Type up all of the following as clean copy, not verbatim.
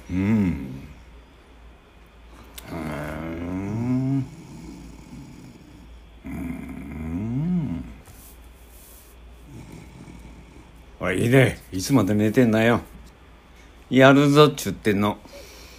うん。おい、いいね。いつまで寝てんなよ。やるぞっちゅってんの。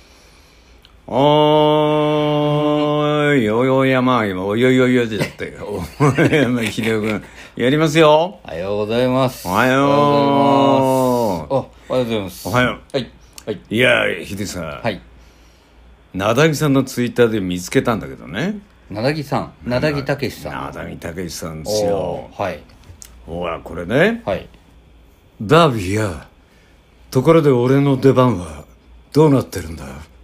おーい、おいおいやまあ、おいおいおいおいだったよ。おい、秀夫君、やりますよ。 おはようございます。 おはよう。 おはようございます。 おはよう。 はい。はい。 いや、秀さん。 はい。 なだぎさんのツイッターで見つけたんだけどね。 なだぎさん。なだぎたけしさん。 なだぎたけしさんですよ。 はい。 ほら、これね。 はい。 バービーや、ところで俺の出番はどうなってるんだ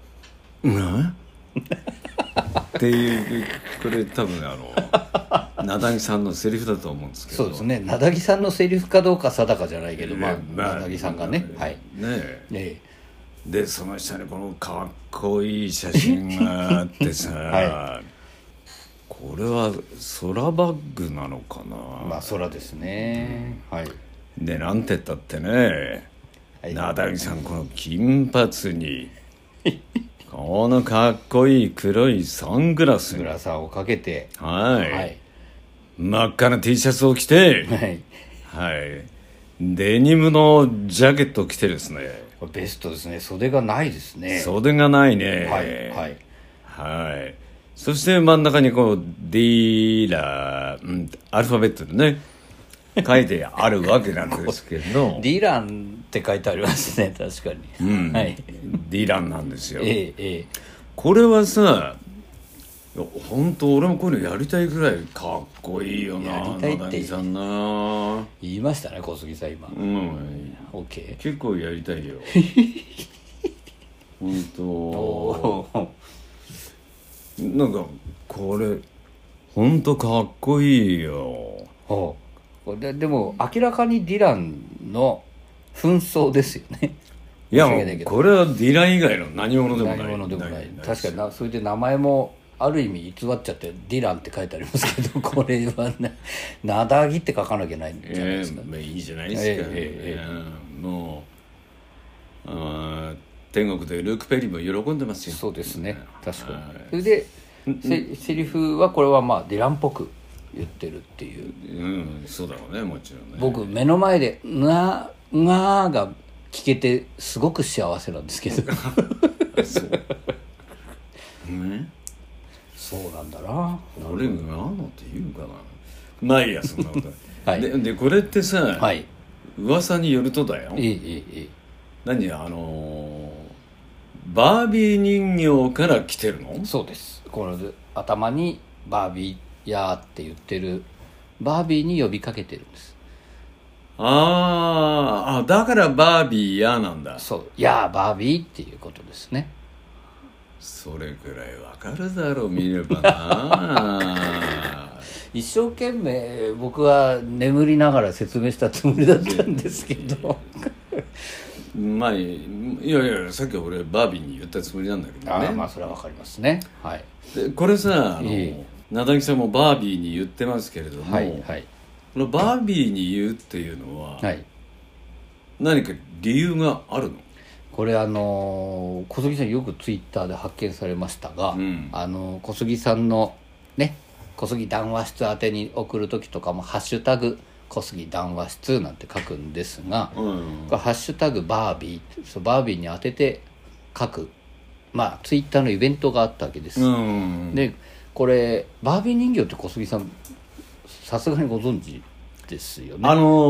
っていう、これ多分なだぎさんのセリフだと思うんですけど。 そうですね。なだぎさんのセリフかどうか定かじゃないけど、 まあなだぎさんがね。はい。 ねで、その下にこのかっこいい写真があってさ、はい、これは空バッグなのかな。 まあ空ですね。はい。 で、なんて言ったってね、はい、なだぎさんこの金髪にこのかっこいい黒いサングラスにグラサーをかけて、 はい、はい、真っ赤な T シャツを着て、 はい、 はい、デニムのジャケットを着てですね、 ベストですね。袖がないですね。 袖がないね。 はいはいはい。そして真ん中にこうディーラー、アルファベットでね書いてあるわけなんですけどディランって書いてありますね。確かに、 うん、はい、ディランなんですよ。これはさ、本当俺もこういうのやりたいぐらいかっこいいよな。 やりたいってなだぎさんな言いましたね、小杉さん今。OK。 結構やりたいよ本当なんかこれ本当かっこいいよ。 でも明らかにディランの紛争ですよね。 いや、これはディラン以外の何者でもない。 何者でもない。確かにそれで名前もある意味偽っちゃってディランって書いてありますけど、これはね、なだぎって書かなきゃないんじゃないですか。 いいじゃないですか。もう天国でルーク・ペリーも喜んでますよ。 そうですね、確かに。それでセリフはこれはまあディランっぽく言ってるっていう。 そうだろうね、もちろんね。 僕目の前でが聞けてすごく幸せなんですけどそうそうなんだな。 俺がなんて言うかな。まあいいや、そんなことはい、でこれってさ、はい、噂によるとだよ。何バービー人形から来てるの？ そうです。この頭にバービーやーって言ってるバービーに呼びかけてるんです。 だからバービーやなんだ。 そう、やーバービーっていうことですね。 それくらいわかるだろう、見ればな一生懸命僕は眠りながら説明したつもりだったんですけどまあいやさっき俺バービーに言ったつもりなんだけどね。 まあそれはわかりますね。はい。 でこれさ、なだぎさんもバービーに言ってますけれども、はいはい、このバービーに言うっていうのは、はい、何か理由があるの？ これ小杉さんよくツイッターで発見されましたが、小杉さんのね、小杉談話室宛てに送る時とかもハッシュタグ小杉談話室なんて書くんですが、ハッシュタグバービー、バービーに当てて書く、まあツイッターのイベントがあったわけです。でこれバービー人形って小杉さんさすがにご存知ですよね。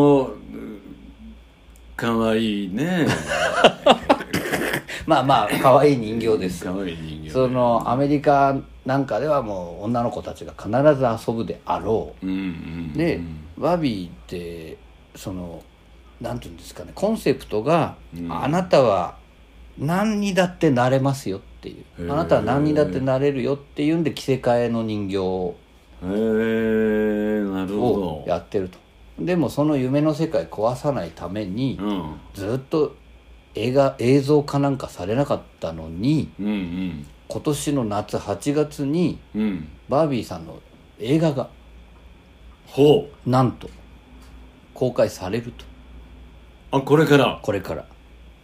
かわいいねまあ可愛い人形です。 可愛い人形。 そのアメリカなんかではもう女の子たちが必ず遊ぶであろう。でバービーってなんていうんですかね、コンセプトが、あなたは何にだってなれますよっていう、あなたは何にだってなれるよっていうんで着せ替えの人形をやってると。でもその夢の世界壊さないために、ずっと映像化なんかされなかったのに、今年の夏8月に、バービーさんの映画がなんと公開されると。 これから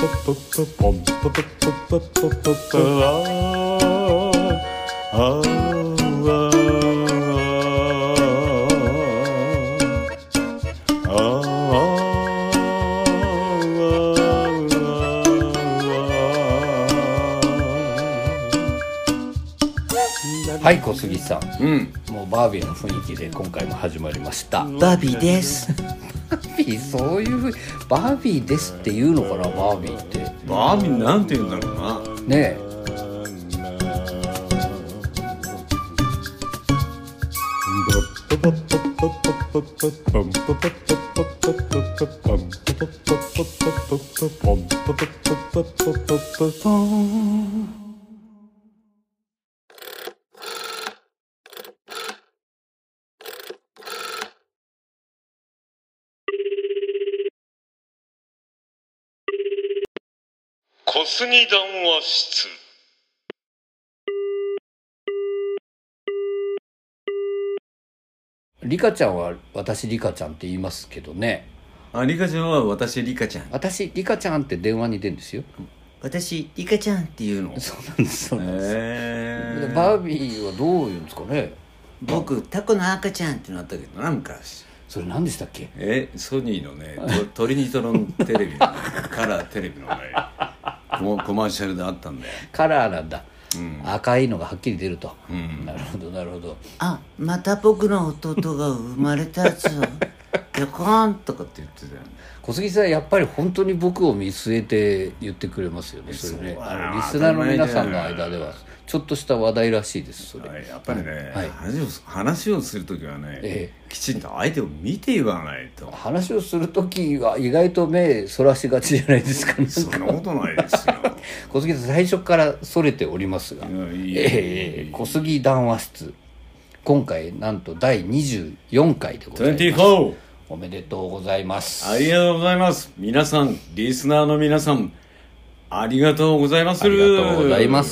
はい、小杉さん、 うん、 もうバービーの雰囲気で今回も始まりました。 バービーですバービー、そういうバービーですって言うのかな、バービーって。 バービーなんて言うんだろうなねえ。 小杉談話室。 リカちゃんは私リカちゃんって言いますけどね。 あ、リカちゃんは私リカちゃん。 私リカちゃんって電話に出るんですよ。 私リカちゃんっていうの。 そうなんです、そうなんです。バービーはどういうんですかね。 僕タコの赤ちゃんってのあったけどな、昔。 それ何でしたっけ。 ソニーのねトリニトロンテレビの、ね、カラーテレビのねコマーシャルであったんだよ。 カラーなんだ。 赤いのがはっきり出ると、なるほどなるほど。あ、また僕の弟が生まれたやつよヨコーンとかって言ってたよね。小杉さんやっぱり本当に僕を見据えて言ってくれますよね、それね。リスナーの皆さんの間ではちょっとした話題らしいです。それやっぱりね、話をするときはね、きちんと相手を見て言わないと。 話をするときは意外と目そらしがちじゃないですかね。 そんなことないですよ小杉さん最初からそれておりますが、小杉談話室、今回なんと第24回でございます。 24、 おめでとうございます。 ありがとうございます。皆さん、リスナーの皆さん、ありがとうございます。 ありがとうございます。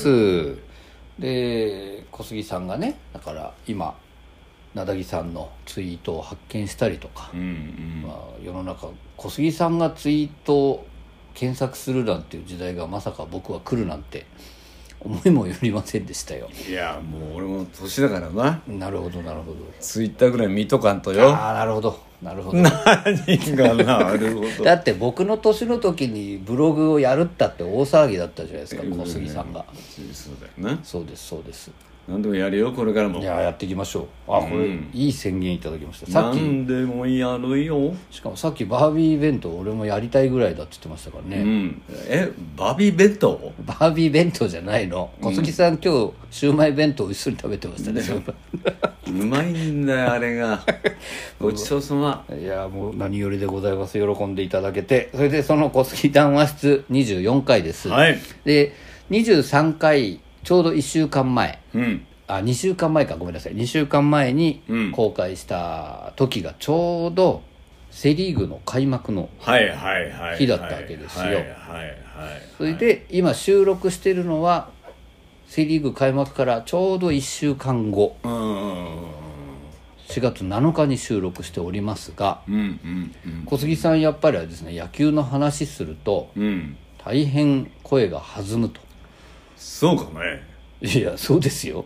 で、小杉さんがね、だから今名木さんのツイートを発見したりとか、世の中小杉さんがツイートを検索するなんていう時代がまさか僕は来るなんて思いもよりませんでしたよ。 いや、もう俺も年だからな。 なるほどなるほど。 ツイッターぐらい見とかんとよ。 ああ、なるほどなるほど。 何がなるほど。 だって僕の年の時にブログをやるったって大騒ぎだったじゃないですか、小杉さんが。 そうだよな。 そうですそうです。 何でもやるよ、これからも。 いや、やっていきましょう。あ、これ、いい宣言いただきました。さっき何でもやるよ。 しかもさっきバービーイベント俺もやりたいぐらいだって言ってましたからね。 バービー弁当？ バービー弁当じゃないの。小杉さん、今日シウマイ弁当を一緒に食べてましたね。 うまいんだよあれが。ごちそうさま。 いや、もう何よりでございます。喜んでいただけて。それでその小杉談話室24回です。 はい。 で23回ちょうど1週間前、2週間前か、ごめんなさい、2週間前に公開した時がちょうどセリーグの開幕の日だったわけですよ。それで今収録してるのはセリーグ開幕からちょうど1週間後、4月7日に収録しておりますが、小杉さんやっぱりはですね、野球の話すると大変声が弾むと。 そうかね。 いや、そうですよ。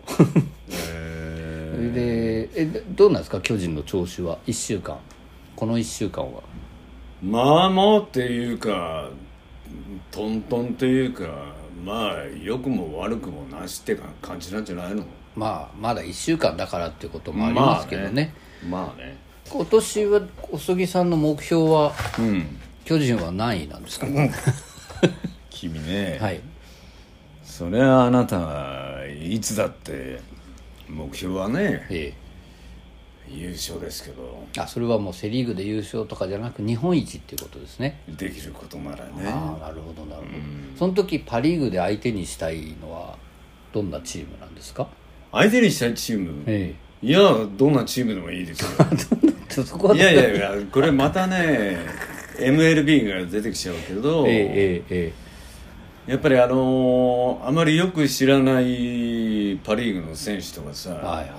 でどうなんですか、巨人の調子は。1週間、この1週間はまあまあっていうかトントンっていうか、まあ良くも悪くもなしって感じなんじゃないの。 まあまだ1週間だからっていうこともありますけどね。 まあね。 今年は小杉さんの目標は、巨人は何位なんですか？ 君ね、 はい、 それはあなたはいつだって目標はね、優勝ですけど。 それはもうセリーグで優勝とかじゃなく日本一っていうことですね。 できることならね。 なるほどなるほど。その時パ・リーグで相手にしたいのはどんなチームなんですか？ 相手にしたいチーム、いや、どんなチームでもいいですよ。 そこはいやいやいや、これまたねMLB が出てきちゃうけど、やっぱりあまりよく知らないパ・リーグの選手とかさ、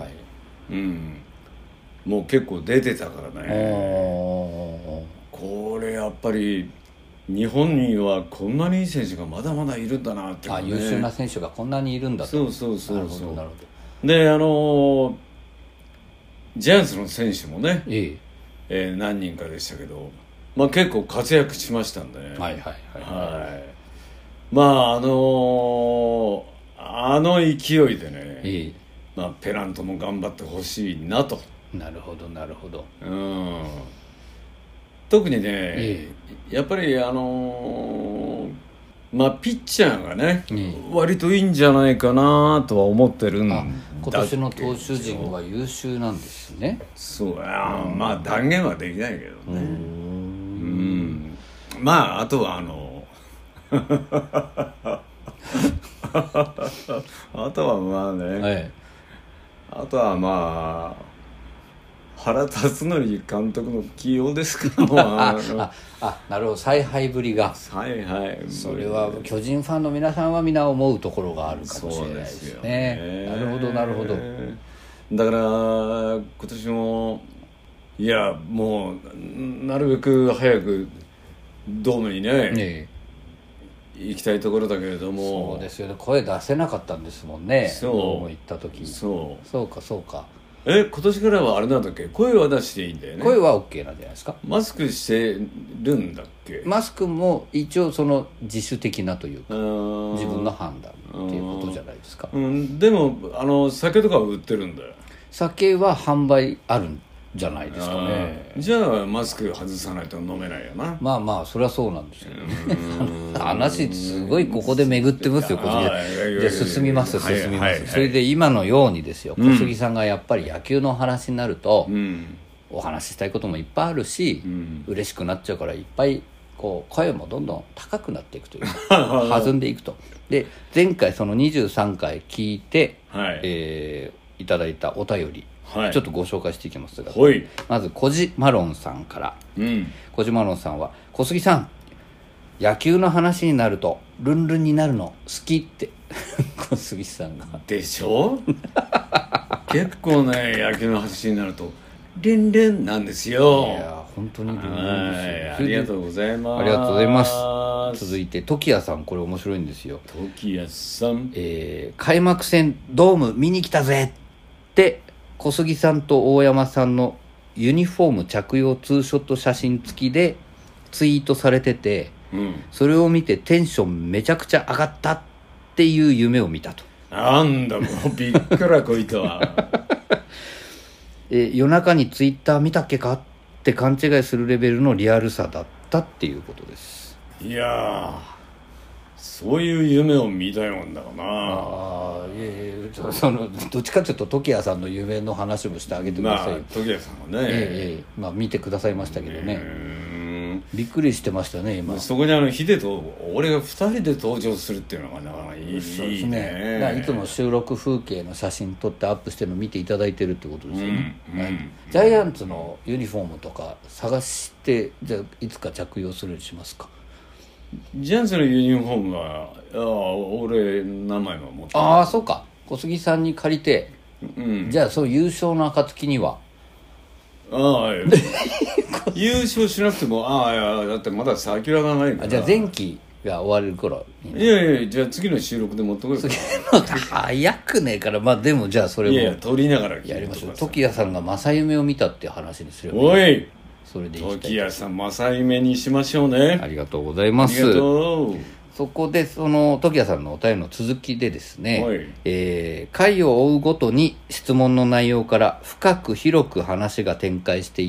もう結構出てたからね。これやっぱり日本にはこんなにいい選手がまだまだいるんだなって、ね、 優秀な選手がこんなにいるんだと。 そう。 なるほどなるほど。 でジャイアンツの選手もね、何人かでしたけど、まあ、結構活躍しましたんでね。まあ勢いでね、まあ、ペナントも頑張ってほしいなと。 なるほどなるほど。 特にね、やっぱりまあピッチャーがね、割といいんじゃないかなとは思ってるんだけど。 今年の投手陣は優秀なんですね。 そうや、まあ断言はできないけどね。まああとはあとはまあね、あとはまあ原辰徳監督の起用ですか。 なるほど、采配ぶりが。それは巨人ファンの皆さんは皆思うところがあるかもしれないですね。なるほどなるほど。 だから今年もいやもうなるべく早くドームにね、行きたいところだけれども。 そうですよね、声出せなかったんですもんね。 ドーム行った時。 そうか。 今年からはあれなんだっけ、声は出していいんだよね。 声は OK なんじゃないですか。 マスクしてるんだっけ。 マスクも一応その自主的なというか自分の判断っていうことじゃないですか。 でも酒とかは売ってるんだよ。酒は販売あるんじゃないですかね。 じゃあマスク外さないと飲めないよな。 まあまあそれはそうなんですよね。話すごいここで巡ってますよ。じゃあ進みます。それで今のようにですよ、小杉さんがやっぱり野球の話になると、お話ししたいこともいっぱいあるし、嬉しくなっちゃうからいっぱいこう声もどんどん高くなっていくというか弾んでいくと。で前回その23回聞いて、いただいたお便り、ちょっとご紹介していきますが、まず小島マロンさんから、小島マロンさんは小杉さん、野球の話になるとルンルンになるの好きって小杉さんがでしょ結構ね野球の話になるとルンルンなんですよ。 いや本当にルンルンですよ。 ありがとうございます。 ありがとうございます。続いて時矢さん、これ面白いんですよ。 時矢さん、 開幕戦ドーム見に来たぜって小杉さんと大山さんのユニフォーム着用ツーショット写真付きでツイートされてて、それを見てテンションめちゃくちゃ上がったっていう夢を見たと。 なんだもうびっくらこいたわ夜中にツイッター見たっけかって勘違いするレベルのリアルさだったっていうことです。 いやそういう夢を見たようだろうな。 そのどっちかというと時矢さんの夢の話もしてあげてくださいよ。 時矢さんはね、 見てくださいましたけどね、びっくりしてましたね今。 そこにヒデと俺が2人で登場するっていうのがなかなかいいですね。 いつも収録風景の写真撮ってアップしてるの見ていただいてるってことですよね、ジャイアンツのユニフォームとか探して、じゃあいつか着用するようにしますか。 ジャイアンツのユニフォームは俺何枚も持ってる。 そうか、小杉さんに借りて、じゃあそう優勝の暁には優勝しなくてもだってまだサーキュラーがないから。 じゃあ前期が終わる頃に、 いやじゃあ次の収録で持ってこいよ。 早くねえから。でもじゃあそれも撮りながらやりましょう。時矢さんが正夢を見たっていう話にすればおい、 それでいきたい。 時矢さん正夢にしましょうね。 ありがとうございます。 ありがとう。 そこでその時矢さんのお便りの続きでですね、回を追うごとに質問の内容から深く広く話が展開していって、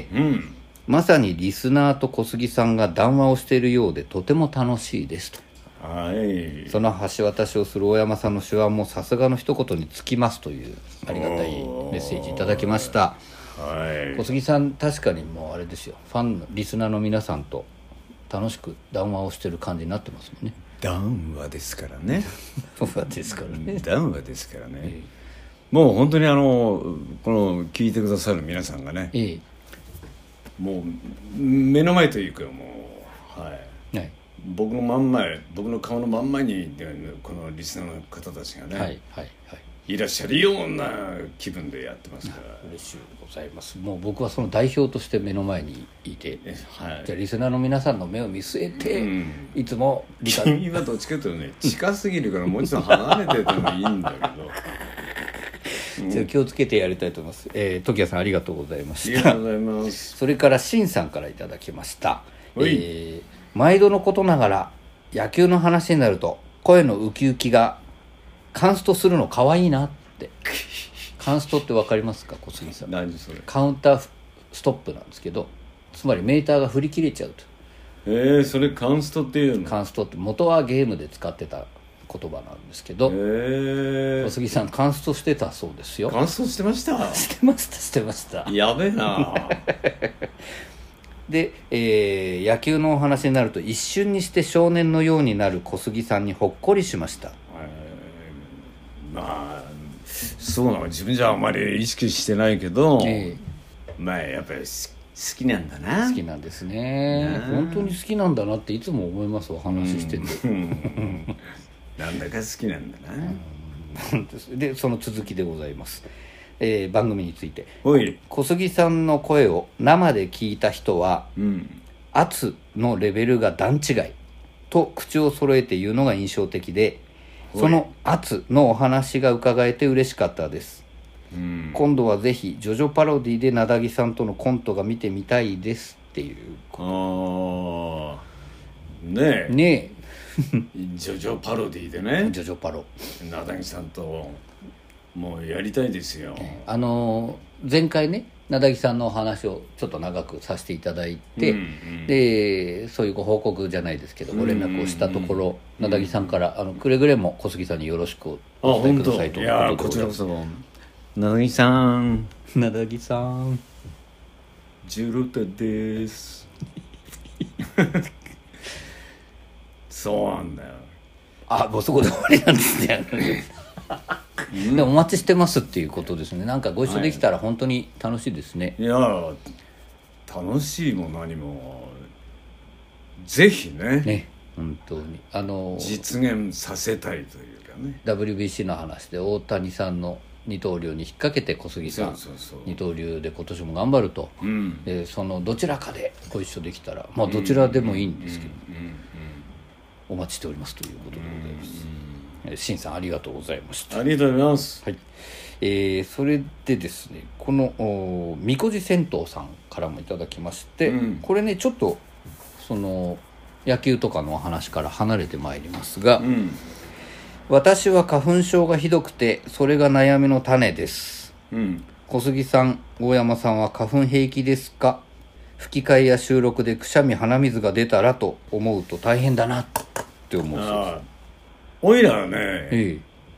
まさにリスナーと小杉さんが談話をしているようでとても楽しいですと。その橋渡しをする大山さんの手腕もさすがの一言につきますというありがたいメッセージいただきました。小杉さん確かにもうあれですよ、ファンのリスナーの皆さんと楽しく談話をしてる感じになってますもんね。 談話ですからね談話ですからね。 談話ですからね、もう本当にこの聞いてくださる皆さんがね、もう目の前というかもう僕の真ん前、僕の顔の真ん前にこのリスナーの方たちがね、いらっしゃるような気分でやってますから嬉しいございます。もう僕はその代表として目の前にいて、じゃあリスナーの皆さんの目を見据えて、いつも君はどっちかというとね近すぎるからもう一度離れててもいいんだけどじゃあ気をつけてやりたいと思います。時矢さんありがとうございました。 ありがとうございます。 それからしんさんからいただきました。毎度のことながら野球の話になると声のウキウキがカンストするの可愛いなって。カンストって分かりますか小杉さん。 何それ。 カウンターストップなんですけど、つまりメーターが振り切れちゃうと。それカンストっていうの。 カンストって元はゲームで使ってた言葉なんですけど、小杉さんカンストしてたそうですよ。 カンストしてましたしてましたやべえなで、野球のお話になると一瞬にして少年のようになる小杉さんにほっこりしました。 そうなの、自分じゃあまり意識してないけど、やっぱり好きなんだな。 好きなんですね。本当に好きなんだなっていつも思います。お話ししててなんだか好きなんだなでその続きでございます。番組について、小杉さんの声を生で聞いた人は、圧のレベルが段違いと口を揃えて言うのが印象的で、その圧のお話が伺えて嬉しかったです。 今度はぜひジョジョパロディでなだぎさんとのコントが見てみたいですっていうこと。ねえねえジョジョパロディでねジョジョパロなだぎさんともうやりたいですよ。 前回ねなだぎさんのお話をちょっと長くさせていただいて、でそういうご報告じゃないですけどご連絡をしたところ、なだぎさんからくれぐれも小杉さんによろしくお伝えくださいということで。いやこちらこそなだぎさんなだぎさんジュルタですそうなんだよ。 もうそこで終わりなんですねでもお待ちしてますっていうことですね。なんかご一緒できたら本当に楽しいですね。 いや楽しいも何もぜひね本当に実現させたいというかね。 WBC の話で大谷さんの二刀流に引っ掛けて小杉さんそう二刀流で今年も頑張ると、でそのどちらかでご一緒できたらどちらでもいいんですけど、お待ちしておりますということでございます。シンさんありがとうございました。 ありがとうございます。 はい、それでですねこのみこじ銭湯さんからもいただきまして、これねちょっとその野球とかの話から離れてまいりますが、私は花粉症がひどくてそれが悩みの種です、小杉さん大山さんは花粉平気ですか？吹き替えや収録でくしゃみ鼻水が出たらと思うと大変だなって思うそうです。 おいらはね、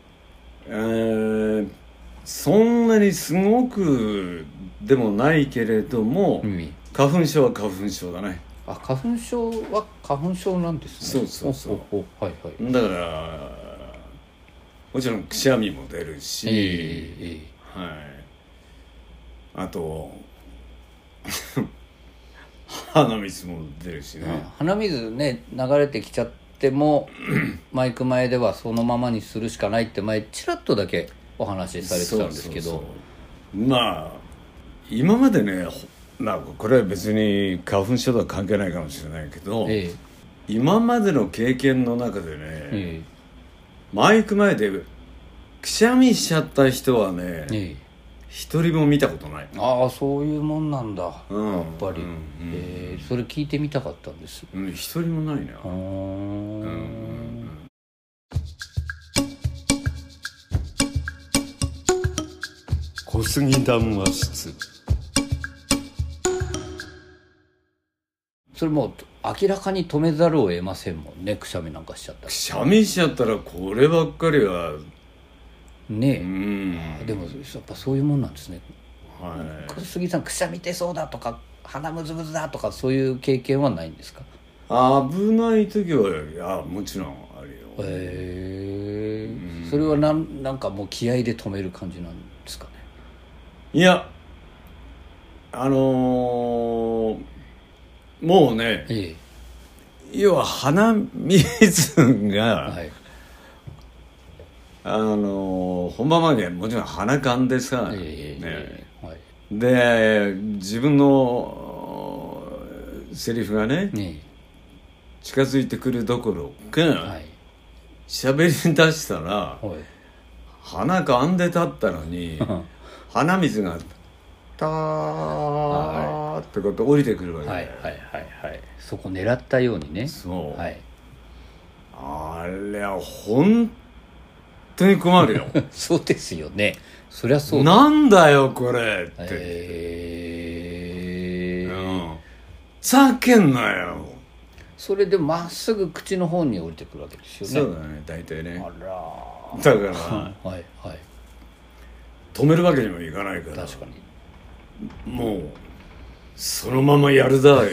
そんなにすごくでもないけれども、花粉症は花粉症だね。 花粉症は花粉症なんですね。そうはいはい。だからもちろんくしゃみも出るし、はい、あと鼻水も出るしね。 鼻水ね流れてきちゃってもマイク前ではそのままにするしかないって前ちらっとだけお話しされてたんですけど、 まあ今までねこれは別に花粉症とは関係ないかもしれないけど、今までの経験の中でね、マイク前でくしゃみしちゃった人はね、一人も見たことない。 そういうもんなんだ、やっぱり、それ聞いてみたかったんです。 一人もないね。小杉談話室。 それも明らかに止めざるを得ませんもんね。くしゃみなんかしちゃったら。 くしゃみしちゃったらこればっかりはねえ、でもやっぱそういうもんなんですね。小杉さんくしゃみ出そうだとか鼻むずむずだとかそういう経験はないんですか？ 危ない時はもちろんあるよ。 それはなんかもう気合で止める感じなんですかね？ いやもうね、要は鼻水が、本番までもちろん鼻かんでさ、で自分のセリフがね、近づいてくるどころか喋り出したら、鼻かんで立ったのに鼻水がターってこと降りてくるわけ。 そこ狙ったようにね。 そう、あれは本当に困るよそうですよね。そりゃそうだ。なんだよこれって、ざけんなよ。 それでまっすぐ口の方に降りてくるわけですよね。 そうだね、大体ね。 だから止めるわけにもいかないから。 確かにもうそのままやるだよ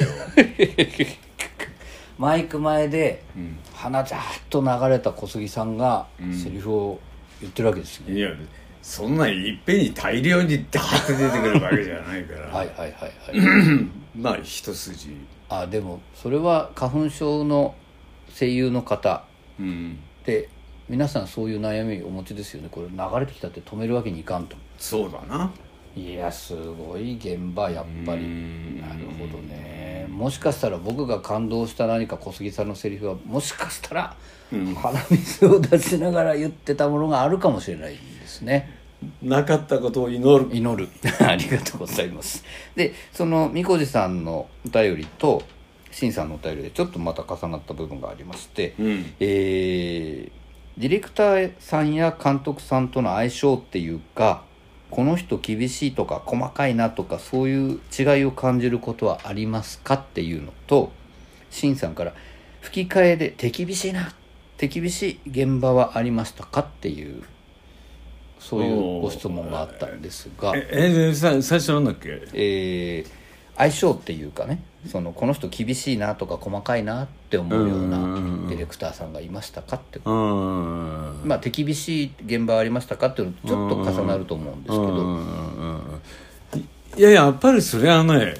マイク前で鼻ざーっと流れた小杉さんがセリフを言ってるわけですね。 いやそんないっぺんに大量にダーッと出てくるわけじゃないからまあ一筋。 でもそれは花粉症の声優の方で、皆さんそういう悩みをお持ちですよね。これ流れてきたって止めるわけにいかんと。 そうだな。 いやすごい現場やっぱり。なるほどね。もしかしたら僕が感動した何か小杉さんのセリフはもしかしたら鼻水を出しながら言ってたものがあるかもしれないですね。 なかったことを祈るありがとうございます。でそのみこじさんのお便りとしんさんのお便りでちょっとまた重なった部分がありまして、ディレクターさんや監督さんとの相性っていうか、この人厳しいとか細かいなとかそういう違いを感じることはありますかっていうのと、しんさんから吹き替えで手厳しい現場はありましたかっていうそういうご質問があったんですが、 最初なんだっけ、 相性っていうかね、この人厳しいなとか細かいなって思うようなディレクターさんがいましたかってこと、まあ手厳しい現場はありましたかっていうのとちょっと重なると思うんですけど、 いややっぱりそれはね、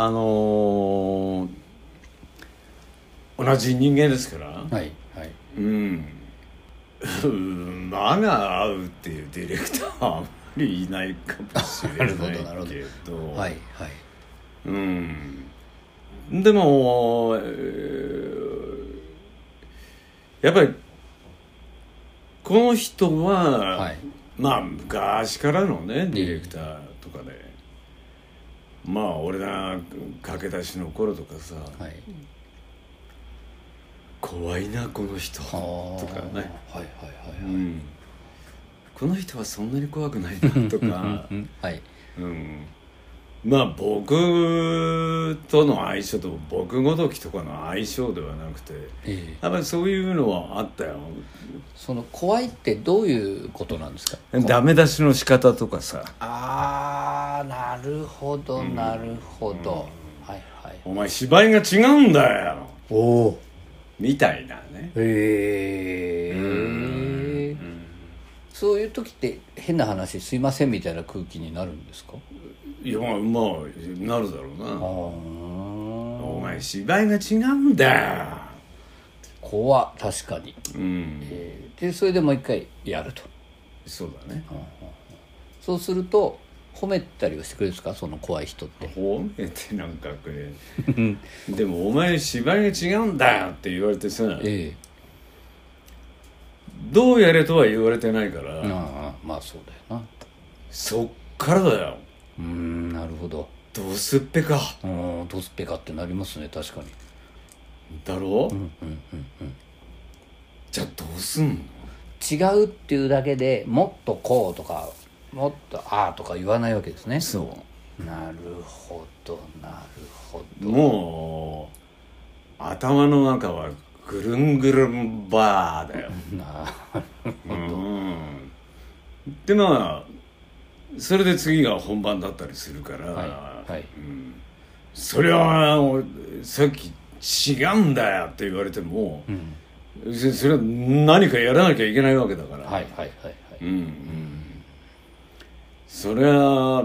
同じ人間ですから、はいはい、間が合うっていうディレクターはあまりいないかもしれないけどはいはい、 でも、やっぱりこの人は、はい、まあ昔からのねディレクターとかで、まあ俺が駆け出しの頃とかさ、はい、怖いなこの人とかね、はいはいはいはい、この人はそんなに怖くないなとか、はい、まあ僕との相性と僕ごときとかの相性ではなくて、やっぱりそういうのはあったよ。 その怖いってどういうことなんですか？ ダメ出しの仕方とかさ。 ああ、なるほどなるほど、はいはい。 お前芝居が違うんだよ。 おお。 みたいなね。 そういう時って変な話すいませんみたいな空気になるんですか？ いやまあなるだろうな。お前芝居が違うんだよ。 怖確かに、でそれでもう一回やると。 そうだね、 そうすると褒めたりはしてくれるんですか、その怖い人って。 褒めてなんかくれでもお前芝居が違うんだよって言われてさ、どうやれとは言われてないから、 まあそうだよな。 そっからだよ。 なるほど。 どうすっぺか。 どうすっぺかってなりますね、確かに。 だろう、じゃあどうすんの。 違うっていうだけでもっとこうとかもっとああとか言わないわけですね。 そう。 なるほどなるほど。 もう頭の中はぐるんぐるんバーだよ。 なるほど。 でまあそれで次が本番だったりするから、はいはい、それはさっき違うんだよって言われても、それは何かやらなきゃいけないわけだから。はいはいはいはい。それは、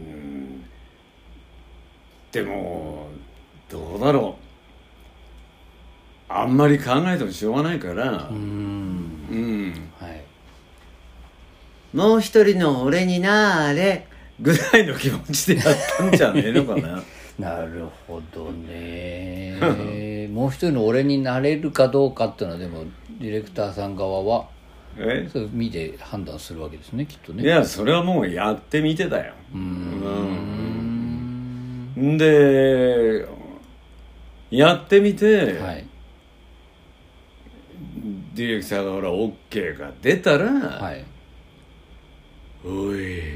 でもどうだろう。あんまり考えてもしょうがないから。はい。もう一人の俺になーれぐらいの気持ちでやったんじゃねえのかな。 なるほどね。もう一人の俺になれるかどうかっていうのはでもディレクターさん側はそれ見て判断するわけですね、きっとね。 いやそれはもうやってみてだよ。でやってみて、はい、ディレクターがほら OK が出たら、はい、おい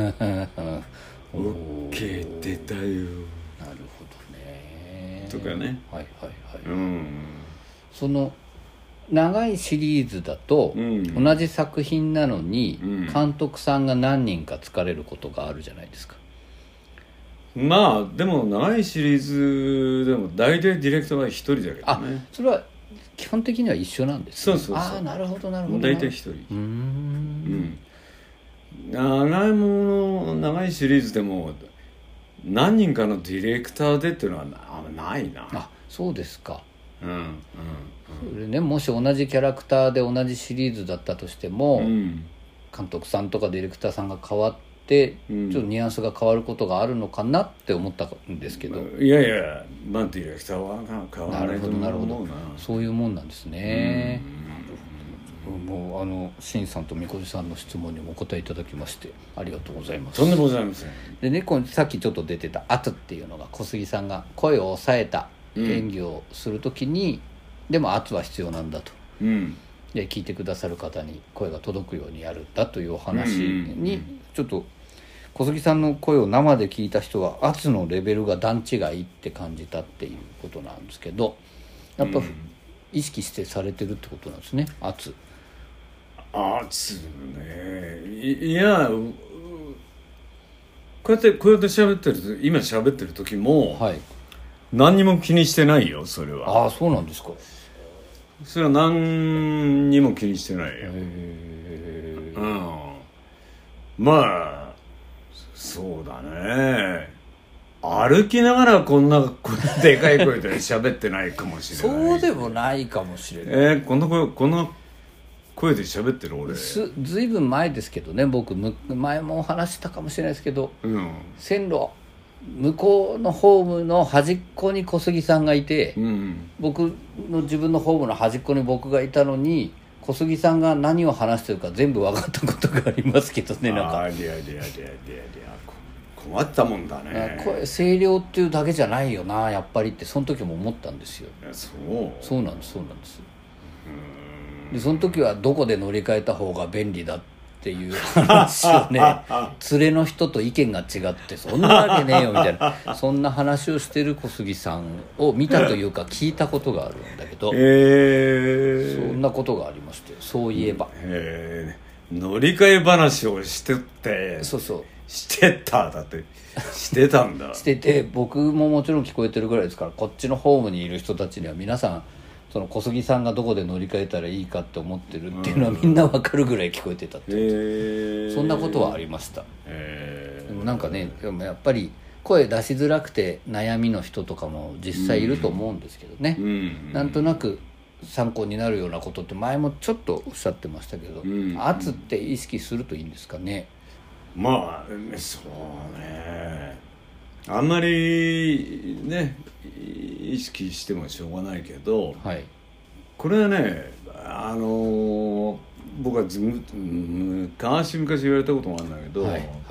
OK 出たよ。なるほどね。 とかね。 はいはいはい。その長いシリーズだと、同じ作品なのに、監督さんが何人か疲れることがあるじゃないですか。 まあでも長いシリーズでも大体ディレクターは一人だけどね。 あ、それは基本的には一緒なんですね。 そう。 ああ、なるほどなるほど。 大体一人。長いシリーズでも何人かのディレクターでっていうのはないな。 あ、そうですか。それね、もし同じキャラクターで同じシリーズだったとしても、監督さんとかディレクターさんが変わって、ちょっとニュアンスが変わることがあるのかなって思ったんですけど。 いやいや、まあディレクターは変わらないと思うな。 なるほど。そういうもんなんですね。なるほど。 もう新さんとみこじさんの質問にもお答えいただきましてありがとうございます。 とんでもございません。 でね、さっきちょっと出てた圧っていうのが小杉さんが声を抑えた演技をするときに、でも圧は必要なんだと、で聞いてくださる方に声が届くようにやるんだというお話に、ちょっと小杉さんの声を生で聞いた人は圧のレベルが段違いって感じたっていうことなんですけど、やっぱ意識してされてるってことなんですね、圧ね。いやこうやって喋ってる、今喋ってる時も、何にも気にしてないよ、それは。 そうなんですか。 それは何にも気にしてないよ。まあそうだね。歩きながらこんなでかい声で喋ってないかもしれない。 そうでもないかもしれない。 こんな声で喋ってる俺。 ずいぶん前ですけどね、僕前もお話したかもしれないですけど、線路向こうのホームの端っこに小杉さんがいて、僕の自分のホームの端っこに僕がいたのに小杉さんが何を話してるか全部分かったことがありますけどね。なんか困ったもんだね。 声声量っていうだけじゃないよなやっぱりってその時も思ったんですよ。そうなんですでその時はどこで乗り換えた方が便利だっていう話をね連れの人と意見が違ってそんなわけねえよみたいなそんな話をしてる小杉さんを見たというか聞いたことがあるんだけど、そんなことがありまして、そういえば、 乗り換え話をしてってしてただってしてたんだしてて、僕ももちろん聞こえてるぐらいですから、こっちのホームにいる人たちには皆さんその小杉さんがどこで乗り換えたらいいかって思ってるっていうのはみんな分かるぐらい聞こえてたって、そんなことはありました。でもなんかね、でもやっぱり声出しづらくて悩みの人とかも実際いると思うんですけどね、なんとなく参考になるようなことって前もちょっとおっしゃってましたけど、圧って意識するといいんですかね。 まあそうね、あんまりね意識してもしょうがないけど、これはね僕は昔言われたこともあるんだけど、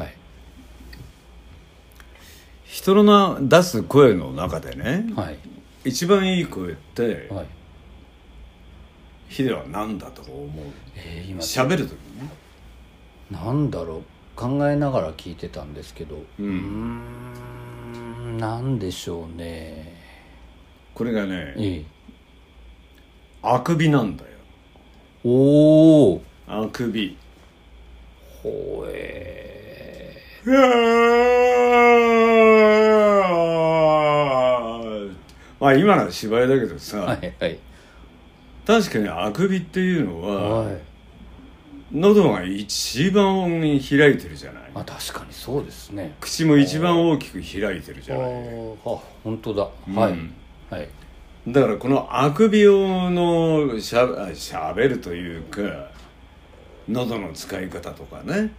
人の出す声の中でね、一番いい声って、ヒデは何だと思う？喋る時にね、 なんだろう、考えながら聞いてたんですけど、なんでしょうね。 これがね、あくびなんだよ。あくび。まあ今のは芝居だけどさ、確かにあくびっていうのは、喉が一番開いてるじゃない。 確かにそうですね。 口も一番大きく開いてるじゃない。 本当だ。 だからこのあくびのしゃべるというか喉の使い方とかね。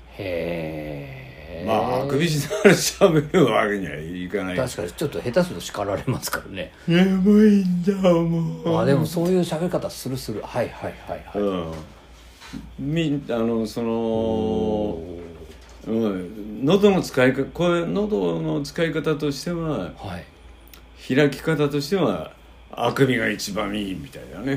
あくびしながらしゃべるわけにはいかない。 確かにちょっと下手すると叱られますからね。 眠いんだもう。でもそういうしゃべり方する。 喉の使い方としては、開き方としてはあくびが一番いいみたいなね、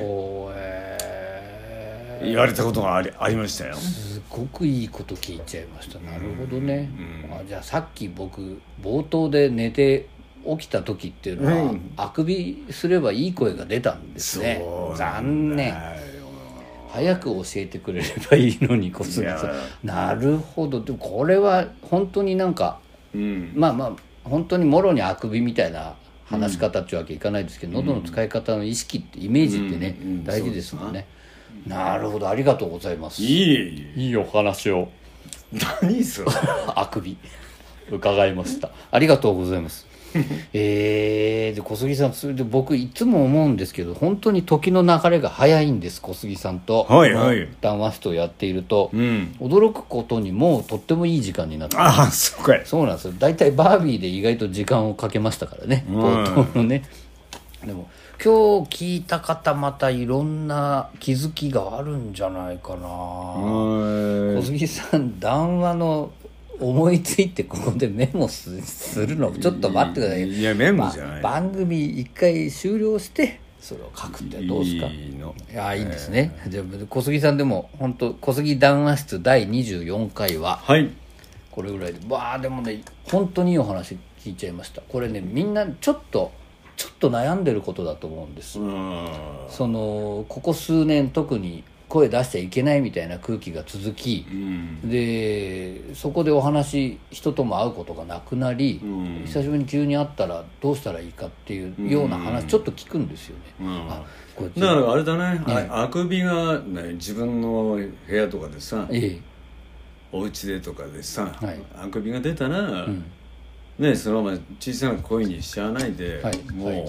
言われたことがありましたよ。 すごくいいこと聞いちゃいました。なるほどね。じゃあさっき僕冒頭で寝て起きた時っていうのは、あくびすればいい声が出たんですね。残念。早く教えてくれればいいのに小杉さん。なるほど。でもこれは本当になんか、本当にもろにあくびみたいな話し方っていうわけいかないですけど、喉の使い方の意識ってイメージってね、大事ですもんね。なるほど、ありがとうございます。いいお話を。 何それあくび伺いました。ありがとうございます。で小杉さん、それで僕いつも思うんですけど、本当に時の流れが早いんです。小杉さんと談話室をやっていると、驚くことにもうとってもいい時間になってます。そうなんですよ。だいたいバービーで意外と時間をかけましたからね、冒頭のね。でも今日聞いた方またいろんな気づきがあるんじゃないかな。小杉さん談話の思いついてここでメモするのちょっと待ってください。 いやメモじゃない、 番組一回終了してそれを書くってどうですか。 いいの。 いやいいんですね。じゃあ小杉さんでも本当小杉談話室第24回は、 はい、 これぐらいででもね本当にいいお話聞いちゃいました。これねみんなちょっと悩んでることだと思うんです。そのここ数年特に声出しちゃいけないみたいな空気が続き、でそこでお話人とも会うことがなくなり、久しぶりに急に会ったらどうしたらいいかっていうような話ちょっと聞くんですよね。 だからあれだね、あくびが、ね、自分の部屋とかでさ、お家でとかでさ、あくびが出たら、ね、そのまま小さな声にしちゃわないで、もう、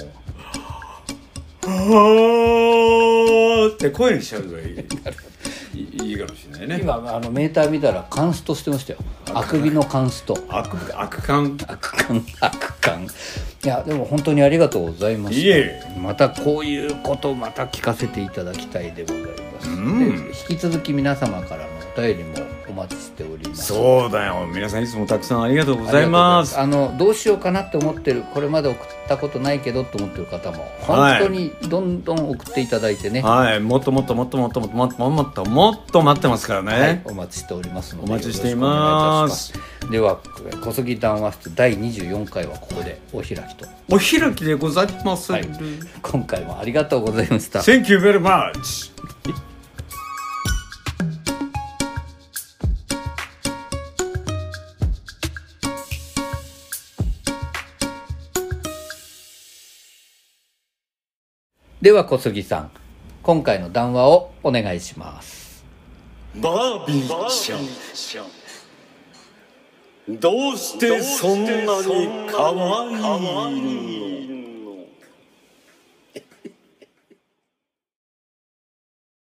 って声にしちゃうといいかもしれないね。 今メーター見たらカンストしてましたよ。あくびのカンスト。 悪感。 いやでも本当にありがとうございました。 いえ。 またこういうことをまた聞かせていただきたいでございます。で引き続き皆様からのお便りもお待ちしております。 そうだよ、皆さんいつもたくさんありがとうございます。 どうしようかなって思ってる、これまで送ったことないけどと思ってる方も本当にどんどん送っていただいてね、 もっと待ってますからね、 お待ちしておりますのでお待ちしています。 では小杉談話室第24回はここでお開きでございます、 今回もありがとうございました。 Thank you very much。 では小杉さん今回の談話をお願いします。 バービーちゃん、どうしてそんなに可愛い